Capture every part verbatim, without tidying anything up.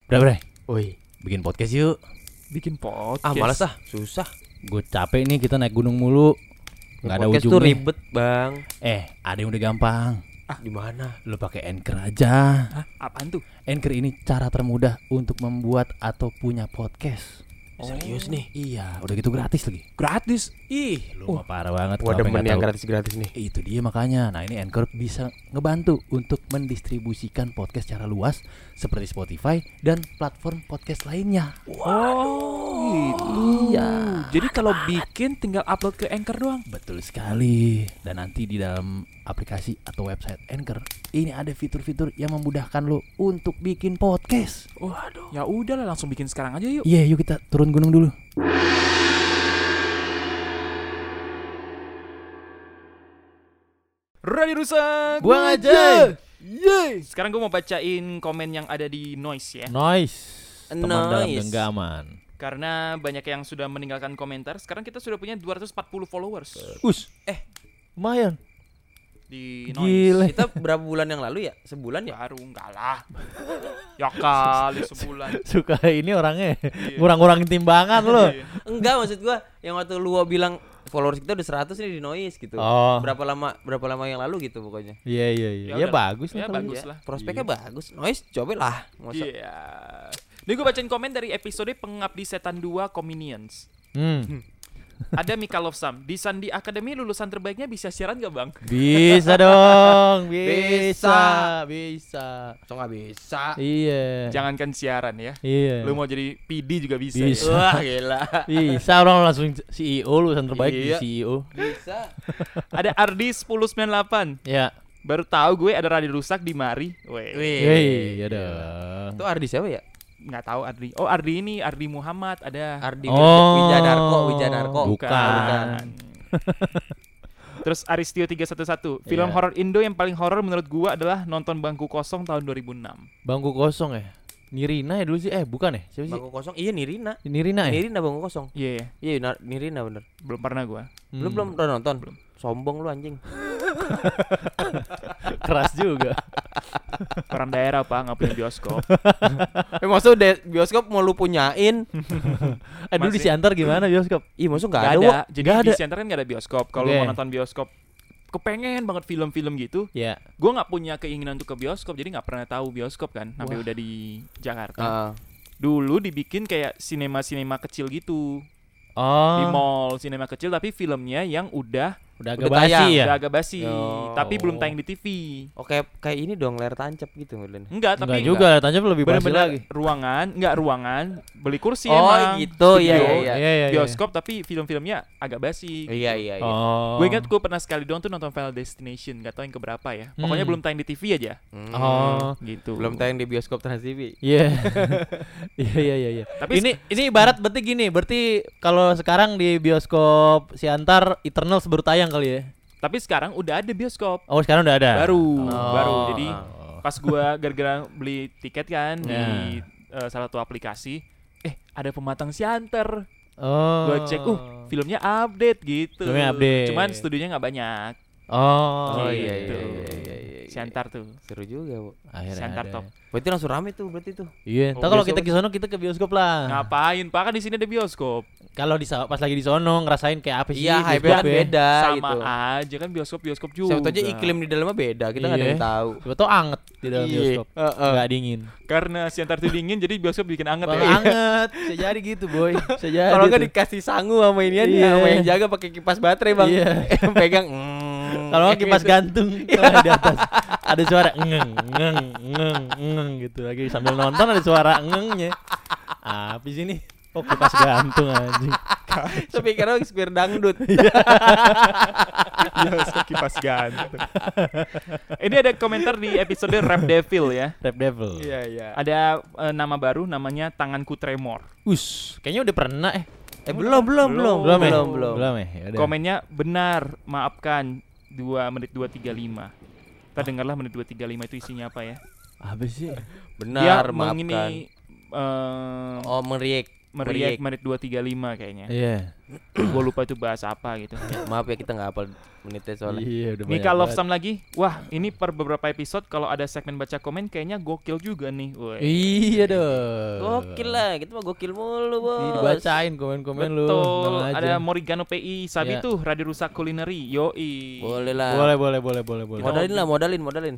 Udah bre, Woi, bikin podcast yuk. Bikin podcast. ah malas ah, susah. Gue capek nih kita naik gunung mulu. Gak ada Podcast ujungnya. tuh ribet, Bang. Eh, ada yang udah gampang. Ah, di mana? Lu pakai Anchor aja. Hah? Apaan tuh? Anchor ini cara termudah untuk membuat atau punya podcast. Serius nih? Iya, udah gitu gratis lagi. Gratis. Ih, lu mah parah banget. Gua kenapa demen nggak yang tahu? gratis-gratis nih. Itu dia makanya. Nah, ini Anchor bisa ngebantu untuk mendistribusikan podcast secara luas seperti Spotify dan platform podcast lainnya. Oh, gitu. Iya. Jadi kalau bikin tinggal upload ke Anchor doang. Betul sekali. Dan nanti di dalam aplikasi atau website Anchor ini ada fitur-fitur yang memudahkan lo untuk bikin podcast. Waduh. Ya udahlah, langsung bikin sekarang aja yuk. Iya, yuk kita turun gunung dulu. Radio Rusak. Buang aja. Yeay. Sekarang gue mau bacain komen yang ada di Noise ya. Noise. Teman dalam Nice. genggaman. Karena banyak yang sudah meninggalkan komentar. Sekarang kita sudah punya dua ratus empat puluh followers Us. Eh, lumayan. di Gile. Noise. Kita berapa bulan yang lalu ya? Sebulan ya? Baru enggak lah. Ya kali sebulan. Suka ini orangnya Iya. ngurang-ngurangin timbangan lo. Iya. Enggak, maksud gua yang waktu lu bilang followers kita udah seratus nih di Noise gitu. Oh. Berapa lama berapa lama yang lalu gitu pokoknya. Iya iya iya. Ya Ya, udah. bagus lah Ya kalau bagus gitu. lah. Prospeknya bagus. Noise coba lah. Masa Iya. Ini gue bacain komen dari episode Pengabdi Setan dua Convenience. Hmm. Ada Mika Lovesam. Di Sandi Academy lulusan terbaiknya bisa siaran gak bang? Bisa dong. Bisa. Bisa. Bisa. so nggak bisa. Iya. Jangankan siaran ya. Iya. Lu mau jadi P D juga bisa. Bisa. Ya? Wah, gila. Bisa orang langsung C E O lulusan terbaik di Iya. C E O. Bisa. Ada Ardi sepuluh sembilan delapan. Ya. Baru tahu gue ada radio rusak di Mari. Weh. Wih, ya dong. Itu Ardi siapa ya? Nggak tahu Ardi. Oh Ardi ini Ardi Muhammad ada. Ardi Oh. Wijadarko, Wijadarko. Bukan. Terus Aristio tiga satu satu. Film Iya. horor Indo yang paling horor menurut gua adalah Nonton Bangku Kosong tahun dua ribu enam. Bangku kosong ya? Nirina ya dulu sih. Eh, bukan ya? Siapa sih? Bangku kosong. Iya, Nirina. Nirina ya? Nirina bangku kosong. Iya, yeah, Iya, na- Nirina bener. belum pernah gua. Lu Hmm. belum udah nonton? Belum. Sombong lu anjing. Keras juga. Orang daerah Pak, nggak punya bioskop. Eh maksud de- bioskop mau lu punyain? Eh, dulu di Masih- Siantar gimana bioskop? Ih, maksud enggak Gak ada, ada. Wak? Jadi Nggak di ada. Siantar kan nggak ada bioskop. Kalau Oke. mau nonton bioskop, kepengen banget film-film gitu. Ya. Gua nggak punya keinginan untuk ke bioskop, jadi nggak pernah tahu bioskop kan. Sampai Wah. udah di Jakarta. Ah. Dulu dibikin kayak sinema-sinema kecil gitu Oh. di mall, sinema kecil tapi filmnya yang udah Udah agak Udah basi tayang, ya? udah agak basi, Oh. tapi belum tayang di T V. Oke, kayak ini dong layar tancap gitu modelnya. Enggak, tapi Enggak juga, tancap lebih basi bener-bener lagi. ruangan, enggak ruangan, beli kursi Oh, emang. gitu. Iya, Studio, iya, iya. iya. Bioskop tapi film-filmnya agak basi. Iya, iya, iya. Oh. Gue ingat gue pernah sekali doang tuh nonton Final Destination, gak tau yang keberapa ya. Pokoknya Hmm. belum tayang di T V aja, Hmm. Oh. gitu. Belum tayang di bioskop Trans T V. Iya. Iya iya iya iya. Tapi ini ini ibarat berarti gini, berarti kalau sekarang di bioskop Siantar Eternals baru tayang kali ya. Tapi sekarang udah ada bioskop. Oh, sekarang udah ada. Baru, Oh. baru. Jadi Oh. pas gua gara-gara beli tiket kan di Ya. eh, salah satu aplikasi, eh ada pematang Siantar. Oh. Gua cek, uh filmnya update gitu. Filmnya update. Cuman studionya nggak banyak. Oh, Oh, Gitu. iya, iya, iya, iya, iya. Siantar tuh. Seru juga, Bu. Akhirnya Siantar ada. top. Berarti langsung rame tuh berarti tuh. Iya, Oh, ntar kalau bioskop kita ke sono kita ke bioskop lah. Ngapain? Pak kan di sini ada bioskop. Kalau di pas lagi di sono ngerasain kayak apa sih? Iya, hype bioskop kan ya? beda Sama gitu. aja kan bioskop-bioskop juga. Siapa tahu aja iklim di dalamnya beda, kita nggak ada Iya. yang tahu. Siapa tau anget di dalam Iya. bioskop. Heeh. Enggak dingin. Karena Siantar tuh dingin jadi bioskop bikin anget Bang, ya. anget. Bisa jadi gitu, boy. Bisa jadi. Kalau nggak tuh. dikasih sangu sama inian Iya. sama yang jaga pakai kipas baterai, Bang. Iya. Yang pegang. mm, Kalau nggak kayak kipas gitu. gantung di atas ada suara ngeng ngeng ngeng ngeng gitu lagi sambil nonton ada suara ngengnya. Apa sih ini? Oh, kipas gantung anjing. Tapi karena spear dangdut. Bioskop kipas gantung. Ini ada komentar di episode Rap Devil ya. Rap Devil. Iya, iya. Ada eh, nama baru namanya Tanganku Tremor. Us, kayaknya udah pernah eh. Eh belum, belum, belum, Belum, ya? belum, belum. Belum ya? Yaudah. Komennya benar, maafkan dua menit dua tiga lima. Kita dengarlah menit dua tiga lima itu isinya apa ya. Apa sih? Benar, Dia maafkan. mengini eh, Oh, meriak. meriak Meriak. menit dua tiga lima kayaknya. Iya. Gue lupa itu bahas apa gitu. Maaf ya kita nggak hafal menitnya soalnya. Iya, udah banyak Mika Love banget. Sam lagi. Wah, ini per beberapa episode kalau ada segmen baca komen kayaknya gokil juga nih. Woi. Iya dong. Gokil lah, kita mah gokil mulu, Bos. Ih, dibacain komen-komen lu. Betul. Tenang aja. Ada Morigano P I Sabi Ya. tuh Radio Rusak Culinary. Yoi. Boleh lah. Boleh, boleh, boleh, boleh, boleh. Modalin lah, modalin, modalin.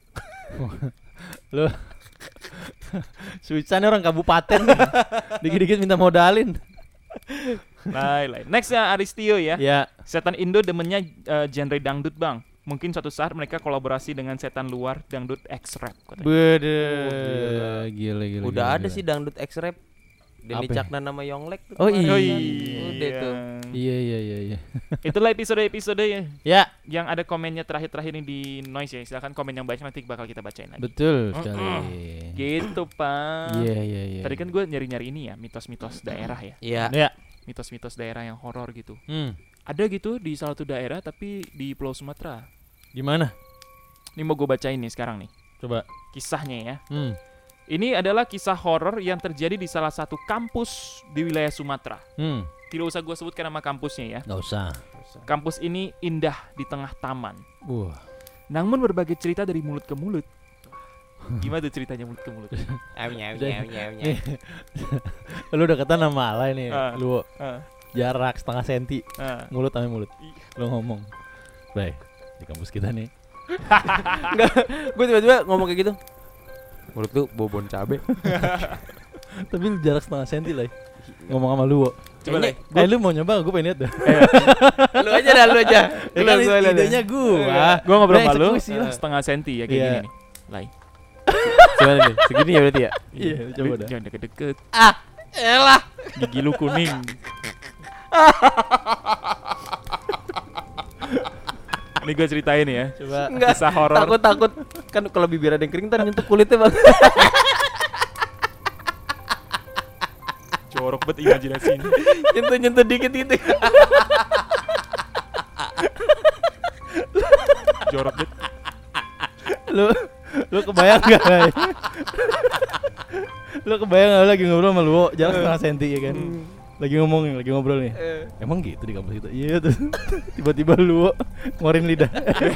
Lu Switchan orang kabupaten nih. Dikit-dikit minta modalin. Lain, lain. Next ya Aristio ya. Ya, Setan Indo demennya eh, genre dangdut, Bang. Mungkin suatu saat mereka kolaborasi dengan setan luar dangdut X-Rap katanya. bede. Oh, Gila, gila. Udah gila, ada gila. sih dangdut X-Rap. Denny Apa ya? Caknan nama Yonglek tuh. Oh, kemarin iya. kan. Oh, Udah tuh. Iya, iya, iya, iya. Itulah episode-episode ya Ya, yang ada komennya terakhir-terakhir ini di Noise ya. Silakan komen yang banyak nanti bakal kita bacain lagi. betul sekali. Gitu, Pak. Iya, iya, iya. Tadi kan gue nyari-nyari ini ya, mitos-mitos daerah ya. Iya. Ya. Mitos-mitos daerah yang horor gitu. Hmm. Ada gitu di salah satu daerah tapi di Pulau Sumatera. Gimana? Ini mau gue bacain nih sekarang nih. Coba. Kisahnya ya. Hmm. Ini adalah kisah horor yang terjadi di salah satu kampus di wilayah Sumatera. Hmm. Tidak usah gue sebutkan nama kampusnya ya. Enggak usah. Kampus ini indah di tengah taman. Wah. Namun berbagai cerita dari mulut ke mulut. Gimana tuh ceritanya mulut ke mulut? Nyam, nyam, Udah. nyam, nyam, nyam. Nih. Lu udah kata nama alay nih. Ah. Lu Ah, jarak setengah senti ah. mulut sama mulut. Lu ngomong. Baik, di kampus kita nih. Enggak, gue tiba-tiba ngomong kayak gitu. Menurut lu bobon cabe? Tapi lu jarak setengah senti lah. Ngomong sama lu. Wo. Coba Kayaknya lah. Eh lu mau nyoba? Gue pengen lihat dah. lu aja dah, lu aja. Ya Lu kan gua liat. idenya gua. Gua ngobrol Lu sama lu eksekusi lah. setengah senti ya kayak Iya. gini nih. Lai. Gimana nih? Segini ya berarti ya? Iya, coba Lu dah. Jangan deket-deket. Ah, elah. Gigi lu kuning. Ini gue ceritain ya. Coba. Enggak. Kisah horor. Takut takut kan kalau bibir ada yang kering ntar nyentuh kulitnya, Bang. Jorok banget imajinasinya. Nyentuh-nyentuh dikit gitu. Jorok banget. Lu lu kebayang enggak? Lai? Lu kebayang enggak lagi ngobrol sama lu Wo, jarak setengah senti ya kan? Lagi ngomong, lagi ngobrol nih. Emang gitu di kampus kita? Iya tuh. Tiba-tiba lu Wo, ngorin lidah.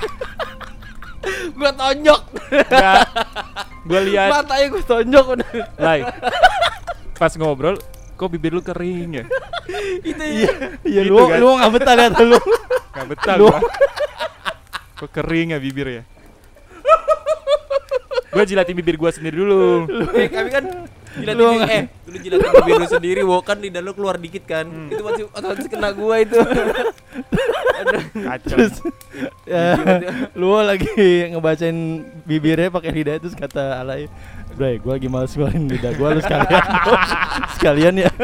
Gua tonjok. Enggak. Gue lihat Matanya gua tonjok udah. Lai. Pas ngobrol kok bibir lu kering ya? Itu Iya, iya Gitu lu Wo, kan? lu enggak betah lihat lu. Gak betah Lu- gua. Kok kering ya bibir ya? Gue jilatin bibir gue sendiri dulu. Eh, kami kan jilatin Lu diri, nggak- eh lu jilatin bibir lu sendiri, wo kan lidah lu keluar dikit kan. Itu masih otomatis kena gua itu. Kacau. Terus ya, lu Wo lagi ngebacain bibirnya pakai lidah terus kata Alay, "Bray, gua lagi males ngeluarin lidah gua lu sekalian." Sekalian ya.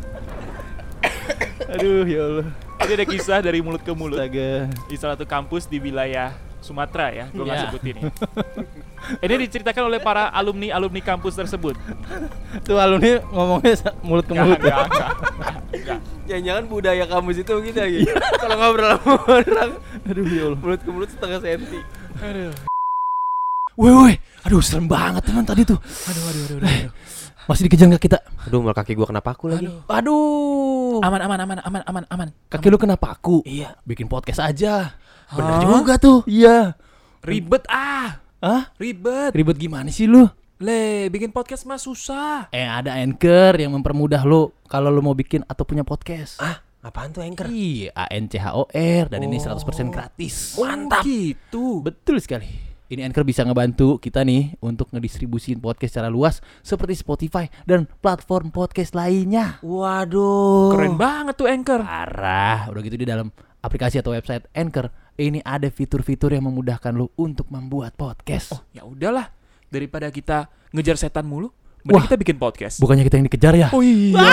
Aduh, ya Allah. Ini ada kisah dari mulut ke mulut Astaga. di salah satu kampus di wilayah Sumatera ya. Gue nggak Iya. sebutin ya. Ini diceritakan oleh para alumni alumni kampus tersebut. Tuh alumni ngomongnya sa- mulut ke mulut. Enggak, enggak, enggak. Jangan-jangan budaya kampus itu gitu lagi. Kalau ngobrol sama orang Aduh, ya Allah. mulut ke mulut setengah senti. Aduh. Woi, woi. Aduh, serem banget teman tadi tuh. Aduh, aduh, aduh, aduh, aduh. Masih dikejar nggak kita? Aduh, malah kaki gua kena paku lagi. Aduh. Aman, aman, aman, aman, aman, aman. Kaki lu kena paku. Iya. Bikin podcast aja. Bener Hah? juga tuh. Iya. Ribet ah, Hah? ribet. Ribet gimana sih lu? Le, bikin podcast mah susah. Eh, ada Anchor yang mempermudah lu kalau lu mau bikin atau punya podcast. Ah, apaan tuh Anchor? Iya, A N C H O R dan ini seratus persen gratis. Mantap. Gitu. Betul sekali. Ini Anchor bisa ngebantu kita nih untuk ngedistribusin podcast secara luas seperti Spotify dan platform podcast lainnya. Waduh. Keren banget tuh Anchor. Parah. Udah gitu di dalam aplikasi atau website Anchor ini ada fitur-fitur yang memudahkan lu untuk membuat podcast. Oh, ya udahlah. Daripada kita ngejar setan mulu, mending Wah. kita bikin podcast. Bukannya kita yang dikejar ya? Oh iya.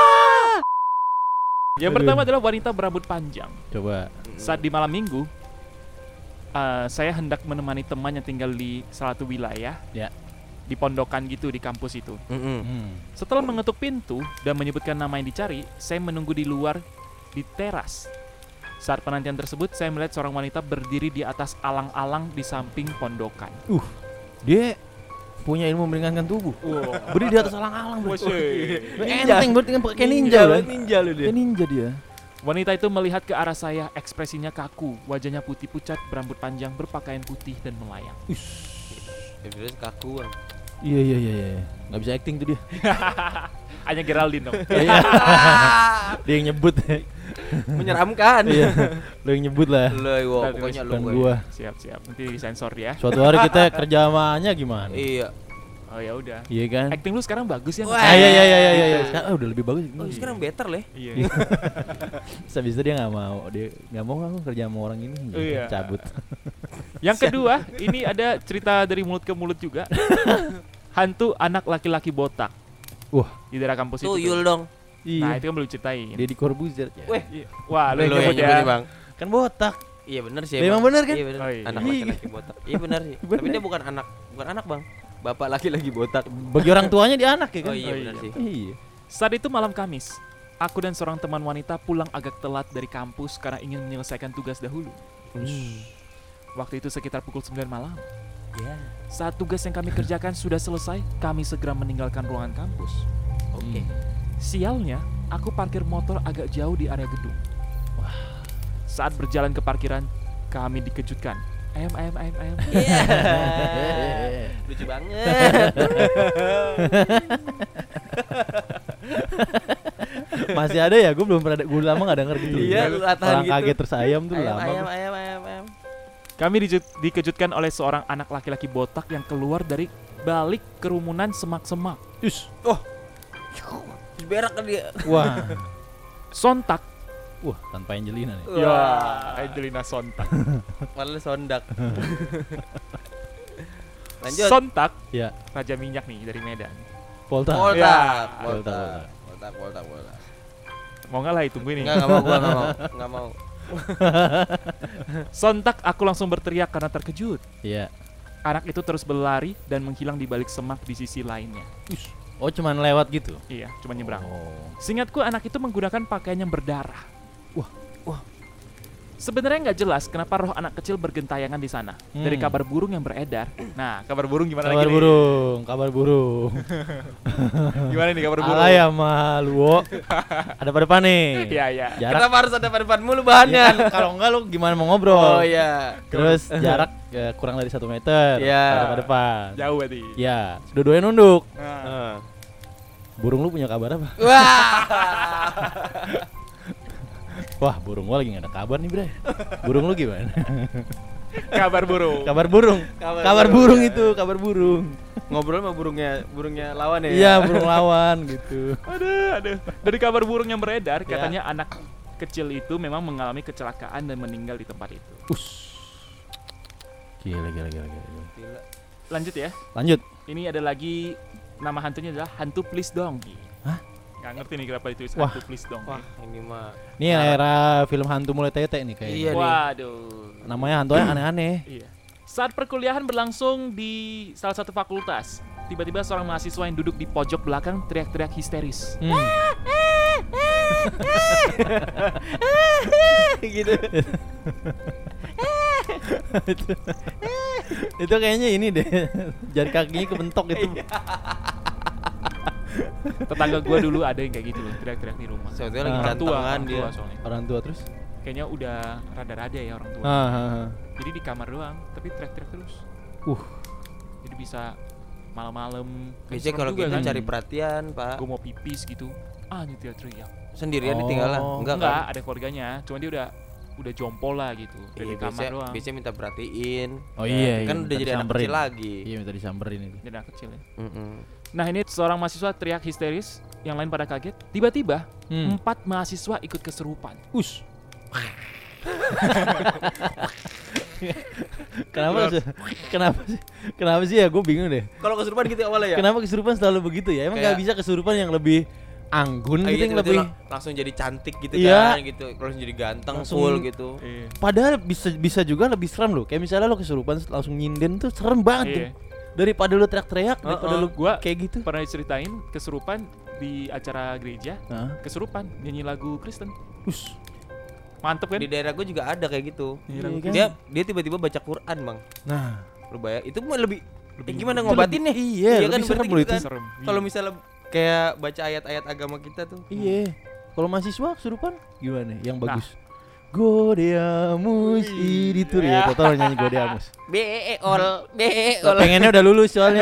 Yang Aduh. pertama adalah wanita berambut panjang. Coba. Saat di malam minggu, uh, saya hendak menemani teman yang tinggal di salah satu wilayah, Ya. di pondokan gitu di kampus itu. Mm-mm. Hmm. Setelah mengetuk pintu dan menyebutkan nama yang dicari, saya menunggu di luar di teras. Saat penantian tersebut, saya melihat seorang wanita berdiri di atas alang-alang di samping pondokan. Dia punya ilmu meringankan tubuh. Wow. Berdiri di atas alang-alang bro. Wuih. Enteng berarti kan pakai ninja kan. Ninja lu dia. Kayak ninja dia. Wanita itu melihat ke arah saya, ekspresinya kaku, wajahnya putih pucat, berambut panjang, berpakaian putih dan melayang. Ya terus kaku bang. Iya iya iya iya. Enggak bisa acting tuh dia. Hanya Geraldine dong. Iya. Dia yang nyebut. Menyeramkan. Iya. Lo yang nyebut lah. Lu wo, Nanti pokoknya lu Bukan woy. gua. Siap siap. Nanti disensor ya. Suatu hari kita kerja samanya gimana? Iya. Oh ya udah. Iya kan? Acting lu sekarang bagus ya. Wah. Ah, iya iya iya iya iya. Sekarang oh, udah lebih bagus. Oh, sekarang better lah. Iya. Terus habis itu dia nggak mau, dia nggak mau aku kerja sama orang ini, Oh, iya. cabut. Yang kedua, ini ada cerita dari mulut ke mulut juga. Hantu anak laki-laki botak Wah, di daerah kampus itu. Tuyul tuh. dong. Nah iya. itu kan belum ceritain. Dia di Corbuzier. Ya. Weh. Iya. Wah lu yang Lu nyebut yang nyebut ya. nih, Bang. Kan botak. Iya benar sih. Emang bener kan? Iya benar. Oh, iya. Anak Iya. laki-laki botak. Iya benar sih. Tapi dia bukan anak, bukan anak bang. Bapak laki-laki botak. Bagi orang tuanya dia anak ya kan? Oh iya Oh, benar iya. sih. Iya. Saat itu malam Kamis, aku dan seorang teman wanita pulang agak telat dari kampus karena ingin menyelesaikan tugas dahulu. Hmm. Waktu itu sekitar pukul sembilan malam. Iya. Saat tugas yang kami kerjakan sudah selesai, kami segera meninggalkan ruangan kampus. Oke. Sialnya, aku parkir motor agak jauh di area gedung. Wah. Saat berjalan ke parkiran, kami dikejutkan. Ayam, ayam, ayam, ayam. Iya. Lucu banget. Masih ada ya? Gue belum pernah, gue lama gak denger gitu. Iya, lu latahan Orang gitu. kaget terus ayam tuh Ayam, lama. ayam, gua. ayam, ayam, ayam. Kami diju- dikejutkan oleh seorang anak laki-laki botak yang keluar dari balik kerumunan semak-semak. Us. Terus berak kan dia. Wah. Sontak. Wah, tanpa Angelina nih. Ya, Angelina Sontak. Malah sondak. Lanjut. Sontak, Ya, raja minyak nih dari Medan. Polta. Poltak, Ya. poltak, Poltak. poltak, poltak, poltak. Mau nggak lah ditunggu ini. Enggak, enggak mau, gua enggak mau, enggak mau. Sontak aku langsung berteriak karena terkejut. Iya. Anak itu terus berlari dan menghilang di balik semak di sisi lainnya. Oh, cuman lewat gitu. Iya, cuma nyebrang. Oh. Seingatku anak itu menggunakan pakaian yang berdarah. Wah, wah. Sebenarnya nggak jelas kenapa roh anak kecil bergentayangan di sana. Hmm. Dari kabar burung yang beredar. Nah, kabar burung gimana Kabar lagi burung, kabar burung. nih? Gimana nih kabar burung? Alay sama Luwo. Ada pada depan nih. Iya, iya. Jarak. Kenapa harus ada pada mulu Ya bahannya? kan, kalau enggak lu gimana mau ngobrol? Oh iya. Terus jarak ya, kurang dari satu meter. Iya. Ada pada depan. Jauh berarti. Ya, dua-duanya nunduk. Nah, Heeh. Burung lu punya kabar apa? Wah. Wah, burung gua lagi gak ada kabar nih, Bre. Burung lu gimana? kabar burung. kabar burung. Kabar Kabar, burung, burung ya. itu, kabar burung. Ngobrol sama burungnya, burungnya lawan ya. Iya, burung lawan gitu. Aduh, aduh. Dari kabar burung yang beredar, Ya. katanya anak kecil itu memang mengalami kecelakaan dan meninggal di tempat itu. Us. Gila, gila, gila, gila. gila. Gila. Lanjut ya. Lanjut. Ini ada lagi, nama hantunya adalah hantu please dong. Hah? Gak ngerti nih kenapa ditulis Wah. hantu please dong. Wah, ini mah. Ini era film hantu mulai tete nih kayaknya. Iya nih. Waduh. Namanya hantunya aneh-aneh. Iya. Saat perkuliahan berlangsung di salah satu fakultas, tiba-tiba seorang mahasiswa yang duduk di pojok belakang teriak-teriak histeris. Hmm. Gitu. itu, itu kayaknya ini deh. Jari kakinya kebentok gitu. Tetangga gua dulu ada yang kayak gitu loh, teriak-teriak di rumah. Soalnya lagi Ah. gantengan orang dia. tua soalnya. Orang tua terus. Kayaknya udah rada-rada ya orang tua. Ah, ah, ah. Jadi di kamar doang, tapi teriak-teriak terus. Uh. Jadi bisa malam-malam. Biasanya kalau juga gitu kan. cari perhatian, Pak. Gue mau pipis gitu. Ah, ini teriak-teriak. Sendirian Oh. ditinggal lah. Enggak, Enggak, kan? ada keluarganya. Cuma dia udah udah jompo lah gitu. Dari Iya, kamar biasanya, doang. biasanya minta perhatiin. Oh iya, Kan iya, udah minta jadi anak disamperin. kecil lagi. Iya, minta disamperin itu. Jadi anak kecil ya. Mm-mm. Nah ini seorang mahasiswa teriak histeris, yang lain pada kaget. Tiba-tiba Hmm. empat mahasiswa ikut keserupan. Us. Kenapa sih? Kenapa sih? Kenapa sih ya? Gue bingung deh. Kalau kesurupan gitu awalnya ya. Kenapa kesurupan selalu begitu ya? Emang nggak Kayak- bisa kesurupan yang lebih anggun Ah, gitu, iya, yang tiba-tiba lebih. lang- langsung jadi cantik gitu Iya. kan gitu. Langsung jadi ganteng Langsung- full gitu. Iya. Padahal bisa bisa juga lebih serem loh. Kayak misalnya lo kesurupan langsung nyinden tuh serem banget Iya. tuh. Daripada lo teriak-teriak, daripada Heeh. lo Gua kayak gitu. pernah diceritain kesurupan di acara gereja, Nah, kesurupan nyanyi lagu Kristen. us. Mantep kan? Di daerah gue juga ada kayak gitu. Nyanyi Iya lagu kan? Dia dia tiba-tiba baca Quran, Bang. Nah, Lu bayar itu mah lebih Eh, gimana ngobatinnya? Iya, kan lebih serem berarti loh gitu itu. kan. Serem. Kalau misalnya kayak baca ayat-ayat agama kita tuh. Iya. Kalau mahasiswa kesurupan gimana? Yang Nah. bagus. Godeamus itu ya, total nyanyi Godeamus. B E ol, B E ol. Pengennya udah lulus soalnya.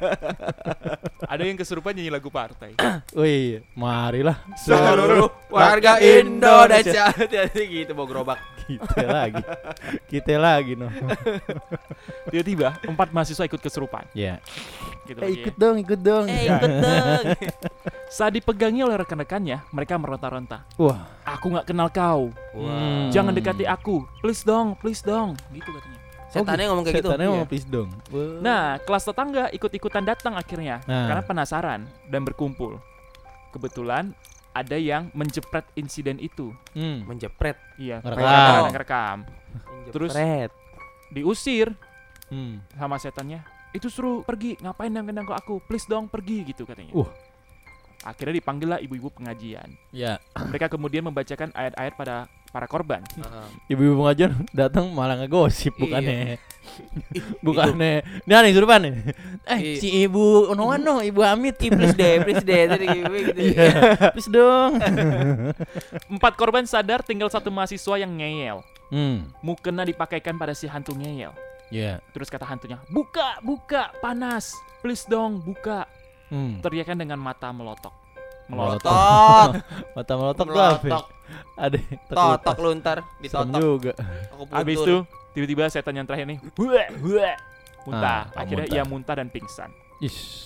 Ada yang kesurupan nyanyi lagu partai. Oh iya, marilah Seluruh warga Indonesia. Hati-hati gitu bawa gerobak. kita lagi. Kita lagi noh. Tiba-tiba empat mahasiswa ikut kesurupan. Ya. Gitu Eh, lagi ikut ya. dong, ikut dong. Eh, ikut dong. Saat dipegangi oleh rekan-rekannya, mereka meronta-ronta. Wah. Aku nggak kenal kau. Hmm. Jangan dekati aku. Please dong, please dong. Gitu katanya. Setannya ngomong kayak gitu. Setannya Iya. ngomong please dong. Wah. Nah, kelas tetangga ikut-ikutan datang akhirnya Nah. karena penasaran dan berkumpul. Kebetulan ada yang menjepret insiden itu. Hmm. Menjepret. Iya, Ngerekam. mereka ada yang ngerekam. Terus Menjepret. diusir Hmm. sama setannya. Itu suruh pergi, ngapain nendang ke aku? Please dong pergi gitu katanya. Uh. Akhirnya dipanggillah ibu-ibu pengajian. Ya, Mereka kemudian membacakan ayat-ayat pada para korban. Heeh. ibu-ibu pengajian datang malah ngegosip Iya. bukannya. Bukannya. Ini aneh kesurupan nih. Eh, Iya. si Ibu Onoan no, Ibu Amit. Ih, please deh, please deh. Tadi gitu. Iya. Please dong. Empat korban sadar, tinggal satu mahasiswa yang ngeyel. Hmm. Mukena dipakaikan pada si hantu ngeyel. Ya. Terus kata hantunya, buka, buka, panas. Please dong, buka. Hmm. Teriakan dengan mata melotok. Melotok. Totok. Mata melotok tuh apa? Melotok. Ada Totok lu ntar Serem ditotok. juga. Aku Habis puntur. itu tiba-tiba setan yang terakhir nih, hueh, hueh, muntah. Ah, Akhirnya muntah. ia muntah dan pingsan. Ish.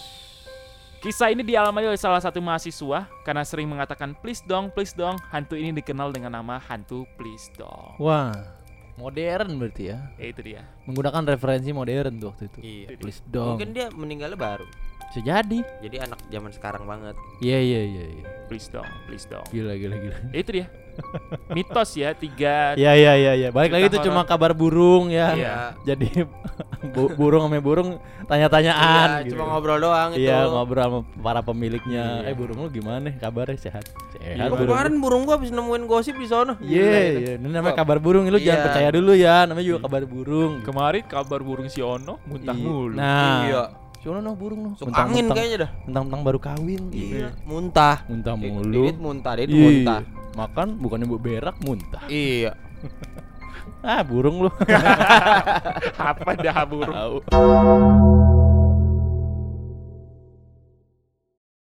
Kisah ini dialami oleh salah satu mahasiswa karena sering mengatakan please dong, please dong. Hantu ini dikenal dengan nama hantu please dong. Wah, modern berarti ya. Ya, itu dia. Menggunakan referensi modern tuh waktu itu. Iya. Please dong. Mungkin dia meninggalnya baru. Bisa jadi. Jadi anak zaman sekarang banget. Iya iya iya iya. Please dong, please dong. Gila gila gila. Ya, itu dia. Mitos ya, tiga. Iya iya iya iya. Balik lagi Cerita itu cuma horor. kabar burung ya. Iya. Jadi bu- burung sama burung tanya-tanyaan Iya, gitu. cuma ngobrol doang itu. Iya, ngobrol sama para pemiliknya. Iya. Eh burung lu gimana? Kabarnya sehat. Iya, Sehat Gua burung. kemarin burung gua habis nemuin gosip di sono. Iya, Gila itu. iya. Ini namanya kabar burung. Lu jangan Iya. percaya dulu ya. Namanya juga kabar burung. Kemarin kabar burung si Ono muntah Iya. mulu. Nah, Iya. Sono noh burung noh. Masuk angin kayaknya dah. Mentang-mentang baru kawin. Iya. Muntah. Muntah Didit- mulu. Didit muntah, Didit Iya. muntah. Makan bukannya bu berak muntah. Iya. Ah, burung lu. Apa dah burung? Tahu.